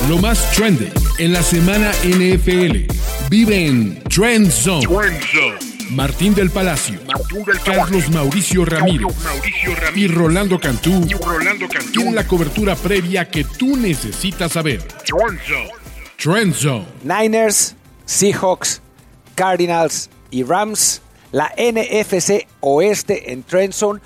Lo más trending en la semana NFL. Vive en Trend Zone. Martín del Palacio, Carlos Mauricio Ramírez y Rolando Cantú tienen la cobertura previa que tú necesitas saber. Trend Zone. Niners, Seahawks, Cardinals y Rams. La NFC Oeste en Trend Zone.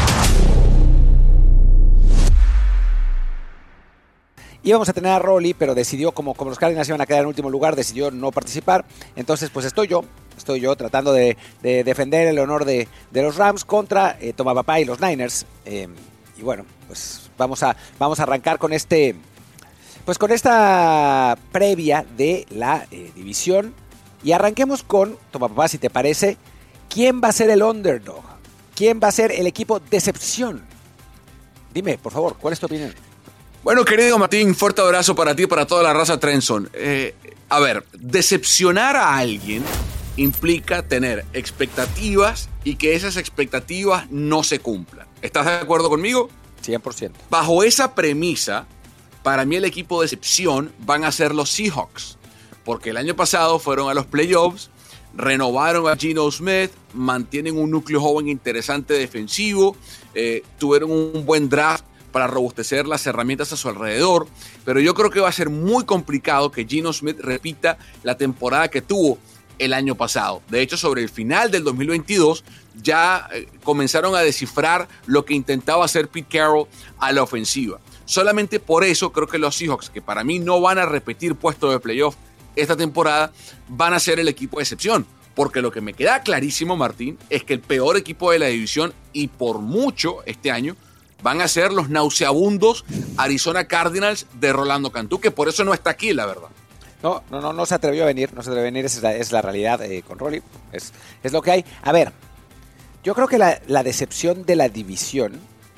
Íbamos a tener a Rolly, pero decidió, como los Cardinals iban a quedar en último lugar, decidió no participar. Entonces, pues estoy yo tratando de defender el honor de los Rams contra Tomapapá y los Niners. Y bueno, pues vamos a arrancar con con esta previa de la división. Y arranquemos con, Tomapapá, si te parece, ¿quién va a ser el underdog? ¿Quién va a ser el equipo decepción? Dime, por favor, ¿cuál es tu opinión? Bueno, querido Martín, fuerte abrazo para ti y para toda la raza Trend Zone. A ver, decepcionar a alguien implica tener expectativas y que esas expectativas no se cumplan. ¿Estás de acuerdo conmigo? 100%. Bajo esa premisa, para mí el equipo de decepción van a ser los Seahawks, porque el año pasado fueron a los playoffs, renovaron a Geno Smith, mantienen un núcleo joven interesante defensivo, tuvieron un buen draft para robustecer las herramientas a su alrededor, pero yo creo que va a ser muy complicado que Geno Smith repita la temporada que tuvo el año pasado. De hecho, sobre el final del 2022 ya comenzaron a descifrar lo que intentaba hacer Pete Carroll a la ofensiva. Solamente por eso creo que los Seahawks, que para mí no van a repetir puesto de playoff esta temporada, van a ser el equipo de excepción. Porque lo que me queda clarísimo, Martín, es que el peor equipo de la división, y por mucho este año, van a ser los nauseabundos Arizona Cardinals de Rolando Cantú, que por eso no está aquí, la verdad. No se atrevió a venir, esa es la realidad con Rolly, es lo que hay. A ver, yo creo que la decepción de la división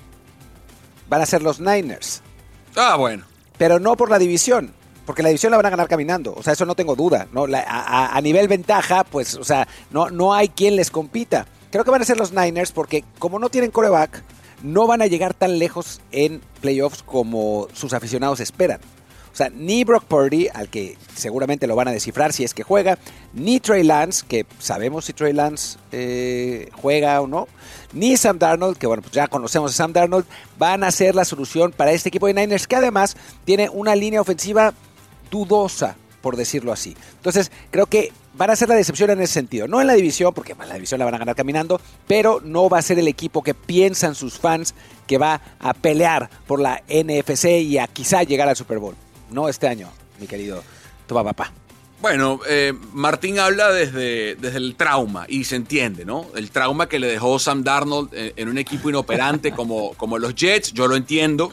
van a ser los Niners. Ah, bueno. Pero no por la división, porque la división la van a ganar caminando, o sea, eso no tengo duda, ¿no? A nivel ventaja, pues, o sea, no hay quien les compita. Creo que van a ser los Niners porque como no tienen quarterback, no van a llegar tan lejos en playoffs como sus aficionados esperan. O sea, ni Brock Purdy, al que seguramente lo van a descifrar si es que juega, ni Trey Lance, que sabemos si Trey Lance juega o no, ni Sam Darnold, que bueno, pues ya conocemos a Sam Darnold, van a ser la solución para este equipo de Niners, que además tiene una línea ofensiva dudosa, por decirlo así. Entonces, creo que van a ser la decepción en ese sentido. No en la división, porque la división la van a ganar caminando, pero no va a ser el equipo que piensan sus fans que va a pelear por la NFC y a quizá llegar al Super Bowl. No este año, mi querido Tomapapá. Bueno, Martín habla desde el trauma y se entiende, ¿no? El trauma que le dejó Sam Darnold en un equipo inoperante como los Jets, yo lo entiendo.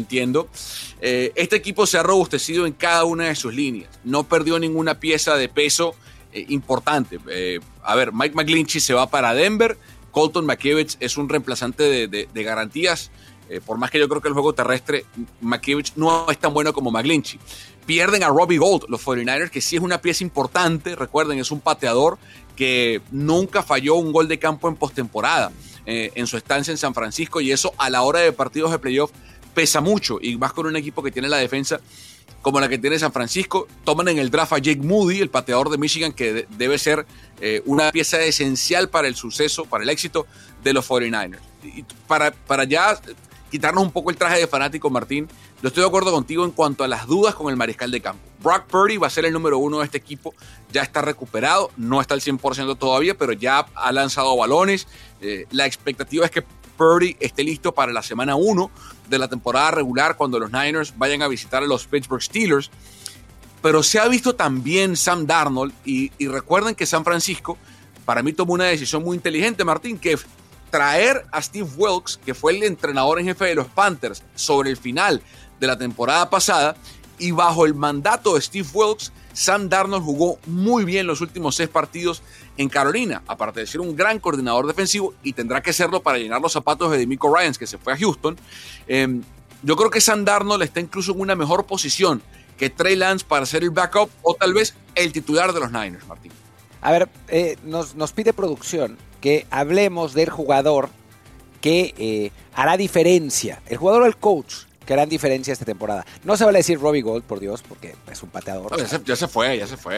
Este equipo se ha robustecido en cada una de sus líneas. No perdió ninguna pieza de peso importante. A ver, Mike McGlinchey se va para Denver. Colton McKivitz es un reemplazante de garantías. Por más que yo creo que el juego terrestre, McKivitz no es tan bueno como McGlinchey. Pierden a Robbie Gould, los 49ers, que sí es una pieza importante. Recuerden, es un pateador que nunca falló un gol de campo en postemporada en su estancia en San Francisco, y eso a la hora de partidos de playoff pesa mucho, y más con un equipo que tiene la defensa como la que tiene San Francisco. Toman en el draft a Jake Moody, el pateador de Michigan, que debe ser una pieza esencial para el suceso, para el éxito de los 49ers. Y para ya quitarnos un poco el traje de fanático, Martín, yo estoy de acuerdo contigo en cuanto a las dudas con el mariscal de campo. Brock Purdy va a ser el número 1 de este equipo, ya está recuperado, no está al 100% todavía, pero ya ha lanzado balones. La expectativa es que Purdy esté listo para la semana 1 de la temporada regular, cuando los Niners vayan a visitar a los Pittsburgh Steelers. Pero se ha visto también Sam Darnold, y recuerden que San Francisco, para mí, tomó una decisión muy inteligente, Martín, que traer a Steve Wilkes, que fue el entrenador en jefe de los Panthers sobre el final de la temporada pasada, y bajo el mandato de Steve Wilkes, Sam Darnold jugó muy bien los últimos 6 partidos en Carolina, aparte de ser un gran coordinador defensivo, y tendrá que serlo para llenar los zapatos de DeMeco Ryans, que se fue a Houston. Yo creo que Sam Darnold está incluso en una mejor posición que Trey Lance para ser el backup, o tal vez el titular de los Niners, Martín. A ver, nos pide producción que hablemos del jugador que hará diferencia, el jugador o el coach que harán diferencia esta temporada. No se vale decir Robbie Gould, por Dios, porque es un pateador. No, ya se fue.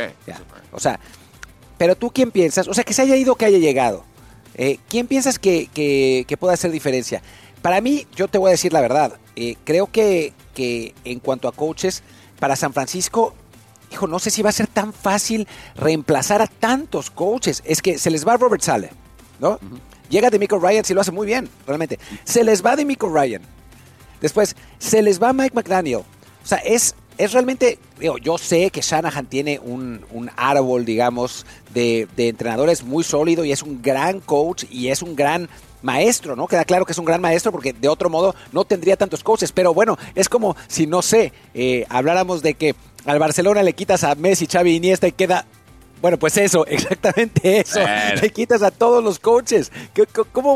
O sea, pero tú, ¿quién piensas? O sea, que se haya ido, que haya llegado. ¿Quién piensas que pueda hacer diferencia? Para mí, yo te voy a decir la verdad. Creo que en cuanto a coaches, para San Francisco, hijo, no sé si va a ser tan fácil reemplazar a tantos coaches. Es que se les va Robert Saleh, ¿no? Uh-huh. Llega DeMeco Ryans y lo hace muy bien, realmente. Se les va DeMeco Ryans. Después, se les va Mike McDaniel. O sea, es realmente... yo sé que Shanahan tiene un árbol, digamos, de entrenadores muy sólido y es un gran coach y es un gran maestro, ¿no? Queda claro que es un gran maestro porque de otro modo no tendría tantos coaches. Pero bueno, es como si, no sé, habláramos de que al Barcelona le quitas a Messi, Xavi, Iniesta y queda... Bueno, pues eso, exactamente eso. Le quitas a todos los coaches. ¿Cómo?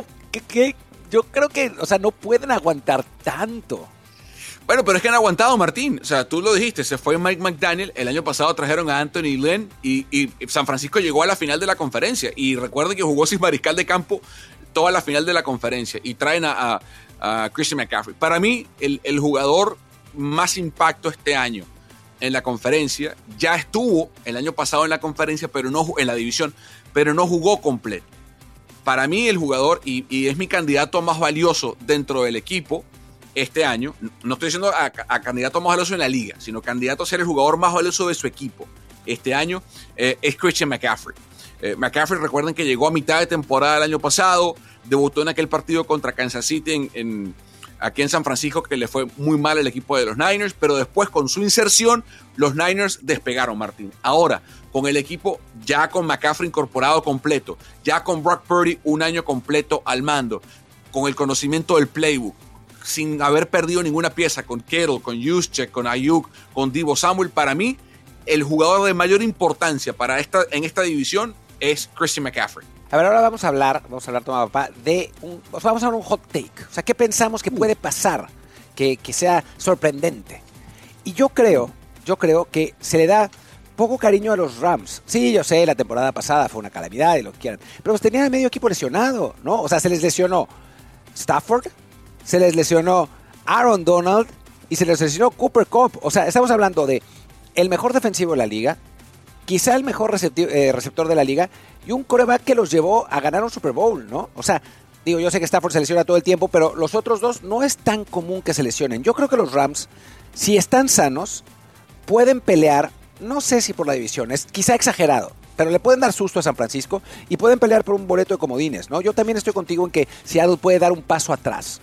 Yo creo que, o sea, no pueden aguantar tanto. Bueno, pero es que han aguantado, Martín. O sea, tú lo dijiste, se fue Mike McDaniel. El año pasado trajeron a Anthony Lynn y San Francisco llegó a la final de la conferencia. Y recuerden que jugó sin mariscal de campo toda la final de la conferencia. Y traen a Christian McCaffrey. Para mí, el jugador más impacto este año en la conferencia, ya estuvo el año pasado en la conferencia, pero no en la división, pero no jugó completo. Para mí el jugador, y es mi candidato más valioso dentro del equipo este año, no estoy diciendo a candidato más valioso en la liga, sino candidato a ser el jugador más valioso de su equipo este año, es Christian McCaffrey. McCaffrey, recuerden que llegó a mitad de temporada el año pasado, debutó en aquel partido contra Kansas City aquí en San Francisco, que le fue muy mal el equipo de los Niners, pero después con su inserción, los Niners despegaron, Martín. Ahora, con el equipo ya con McCaffrey incorporado completo, ya con Brock Purdy un año completo al mando, con el conocimiento del playbook, sin haber perdido ninguna pieza, con Kittle, con Juszczyk, con Ayuk, con Deebo Samuel, para mí, el jugador de mayor importancia en esta división es Christian McCaffrey. A ver, ahora vamos a hablar, toma papá, vamos a dar un hot take. O sea, ¿qué pensamos que puede pasar? Que sea sorprendente. Y yo creo que se le da poco cariño a los Rams. Sí, yo sé, la temporada pasada fue una calamidad y lo que quieran. Pero pues tenían medio equipo lesionado, ¿no? O sea, se les lesionó Stafford, se les lesionó Aaron Donald y se les lesionó Cooper Kupp. O sea, estamos hablando de el mejor defensivo de la liga, quizá el mejor receptor de la liga y un quarterback que los llevó a ganar un Super Bowl, ¿no? O sea, digo, yo sé que Stafford se lesiona todo el tiempo, pero los otros dos no es tan común que se lesionen. Yo creo que los Rams, si están sanos, pueden pelear, no sé si por la división, es quizá exagerado, pero le pueden dar susto a San Francisco y pueden pelear por un boleto de comodines, ¿no? Yo también estoy contigo en que Seattle puede dar un paso atrás.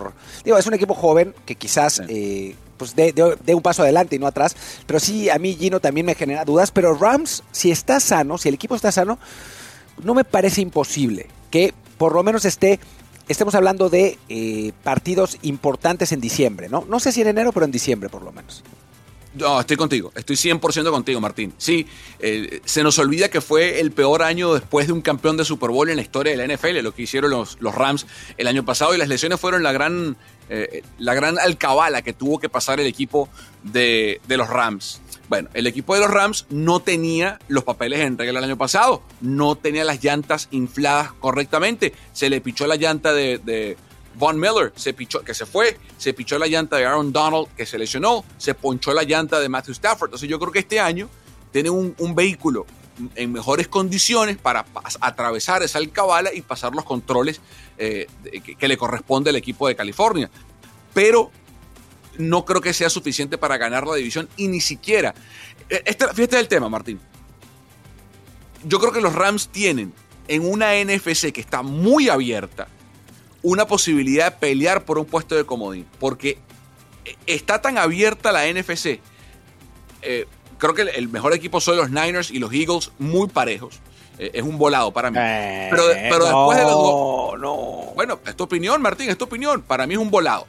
Es un equipo joven que quizás pues de un paso adelante y no atrás, pero sí, a mí Gino también me genera dudas, pero Rams, si está sano, si el equipo está sano, no me parece imposible que por lo menos estemos hablando de partidos importantes en diciembre, ¿no? No sé si en enero, pero en diciembre por lo menos. No, estoy contigo, estoy 100% contigo, Martín. Sí, se nos olvida que fue el peor año después de un campeón de Super Bowl en la historia de la NFL, lo que hicieron los Rams el año pasado, y las lesiones fueron la gran alcabala que tuvo que pasar el equipo de los Rams. Bueno, el equipo de los Rams no tenía los papeles en regla el año pasado, no tenía las llantas infladas correctamente, se le pichó la llanta de Von Miller, se pichó la llanta de Aaron Donald, que se lesionó, se ponchó la llanta de Matthew Stafford. Entonces yo creo que este año tiene un vehículo en mejores condiciones para atravesar esa alcabala y pasar los controles que le corresponde al equipo de California. Pero no creo que sea suficiente para ganar la división y ni siquiera... Fíjate el tema, Martín. Yo creo que los Rams tienen en una NFC que está muy abierta una posibilidad de pelear por un puesto de comodín, porque está tan abierta la NFC. Creo que el mejor equipo son los Niners y los Eagles, muy parejos. Es un volado para mí. Pero después de los dos... No. Bueno, es tu opinión, Martín, es tu opinión. Para mí es un volado.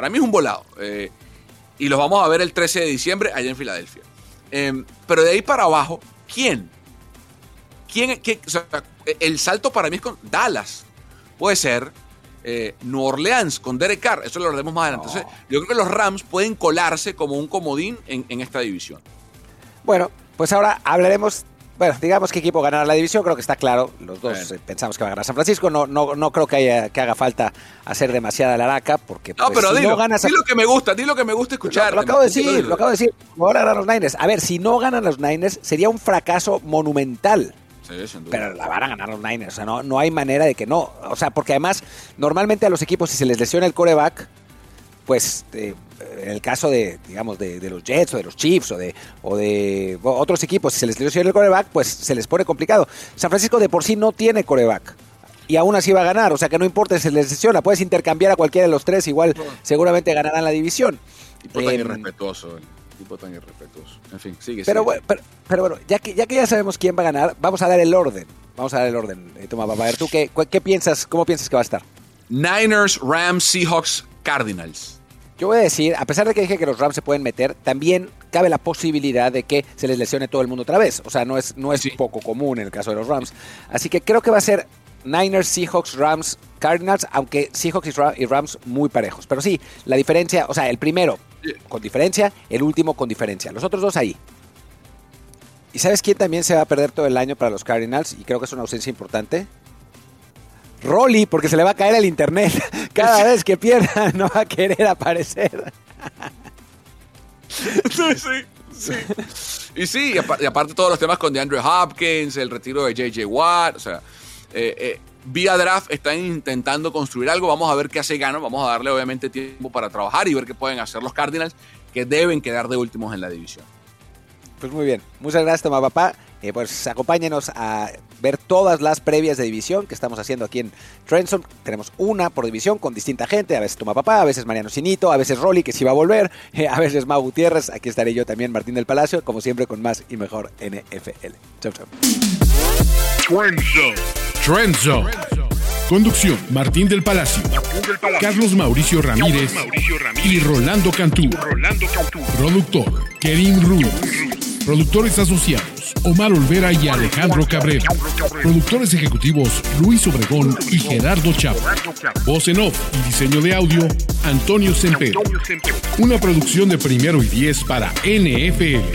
Y los vamos a ver el 13 de diciembre allá en Filadelfia. Pero de ahí para abajo, ¿quién? O sea, el salto para mí es con Dallas. Puede ser New Orleans con Derek Carr. Eso lo hablaremos más adelante. Entonces, yo creo que los Rams pueden colarse como un comodín en esta división. Bueno, pues ahora hablaremos... Bueno, digamos qué equipo ganará la división, creo que está claro. Los dos pensamos que va a ganar San Francisco. No creo que haga falta hacer demasiada laraca, porque no, pues, pero si dilo, no ganas... di lo que me gusta escuchar. Lo acabo de decir. Ahora ganan los Niners. A ver, si no ganan los Niners, sería un fracaso monumental. Sí, sin duda. Pero la van a ganar los Niners. O sea, no hay manera de que no. O sea, porque además, normalmente a los equipos, si se les lesiona el quarterback, pues en el caso de, digamos, de los Jets o de los Chiefs o de otros equipos, si se les lesiona el quarterback, pues se les pone complicado. San Francisco de por sí no tiene quarterback y aún así va a ganar, o sea que no importa si se les lesiona, puedes intercambiar a cualquiera de los tres, igual seguramente ganarán la división. Tipo tan irrespetuoso, En fin, sigue. Pero bueno, ya que ya sabemos quién va a ganar, vamos a dar el orden. Toma, papá, a ver, ¿tú qué piensas, cómo piensas que va a estar? Niners, Rams, Seahawks, Cardinals. Yo voy a decir, a pesar de que dije que los Rams se pueden meter, también cabe la posibilidad de que se les lesione todo el mundo otra vez. O sea, no es sí, poco común en el caso de los Rams. Así que creo que va a ser Niners, Seahawks, Rams, Cardinals, aunque Seahawks y Rams muy parejos. Pero sí, la diferencia, o sea, el primero con diferencia, el último con diferencia. Los otros dos ahí. ¿Y sabes quién también se va a perder todo el año para los Cardinals? Y creo que es una ausencia importante. Rolly, porque se le va a caer el internet. Cada vez que pierda no va a querer aparecer. Sí. Y sí, y aparte todos los temas con DeAndre Hopkins, el retiro de J.J. Watt, o sea, vía draft están intentando construir algo. Vamos a ver qué hace Gannon. Vamos a darle obviamente tiempo para trabajar y ver qué pueden hacer los Cardinals, que deben quedar de últimos en la división. Pues muy bien. Muchas gracias, Toma Papá. Pues acompáñenos a ver todas las previas de división que estamos haciendo aquí en Trendzone. Tenemos una por división con distinta gente. A veces Toma Papá, a veces Mariano Sinito, a veces Rolly, que sí va a volver, a veces Mau Gutiérrez. Aquí estaré yo también, Martín del Palacio, como siempre con más y mejor NFL. Chau. Trendzone. Conducción, Martín del Palacio, Carlos Mauricio Ramírez y Rolando Cantú. Productor, Kerim Ruiz. Productores asociados, Omar Olvera y Alejandro Cabrera. Productores ejecutivos, Luis Obregón y Gerardo Chapa. Voz en off y diseño de audio, Antonio Sempero. Una producción de Primero y 10 para NFL.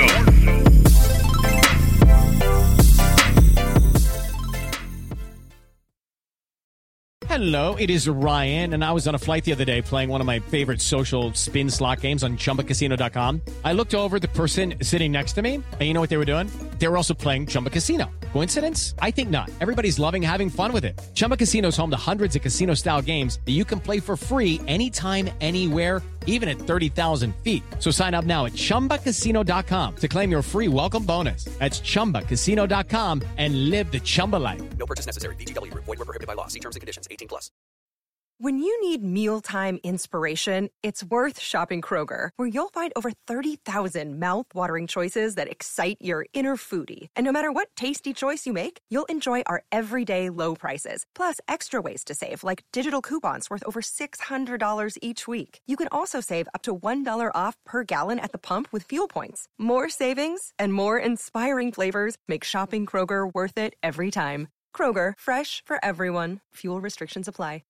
Hello, it is Ryan, and I was on a flight the other day playing one of my favorite social spin slot games on ChumbaCasino.com. I looked over at the person sitting next to me, and you know what they were doing? They were also playing Chumba Casino. Coincidence? I think not. Everybody's loving having fun with it. Chumba Casino is home to hundreds of casino-style games that you can play for free anytime, anywhere, even at 30,000 feet. So sign up now at ChumbaCasino.com to claim your free welcome bonus. That's ChumbaCasino.com and live the Chumba life. No purchase necessary. VGW. Void where prohibited by law. See terms and conditions. 18+. When you need mealtime inspiration, it's worth shopping Kroger, where you'll find over 30,000 mouth-watering choices that excite your inner foodie. And no matter what tasty choice you make, you'll enjoy our everyday low prices, plus extra ways to save, like digital coupons worth over $600 each week. You can also save up to $1 off per gallon at the pump with fuel points. More savings and more inspiring flavors make shopping Kroger worth it every time. Kroger, fresh for everyone. Fuel restrictions apply.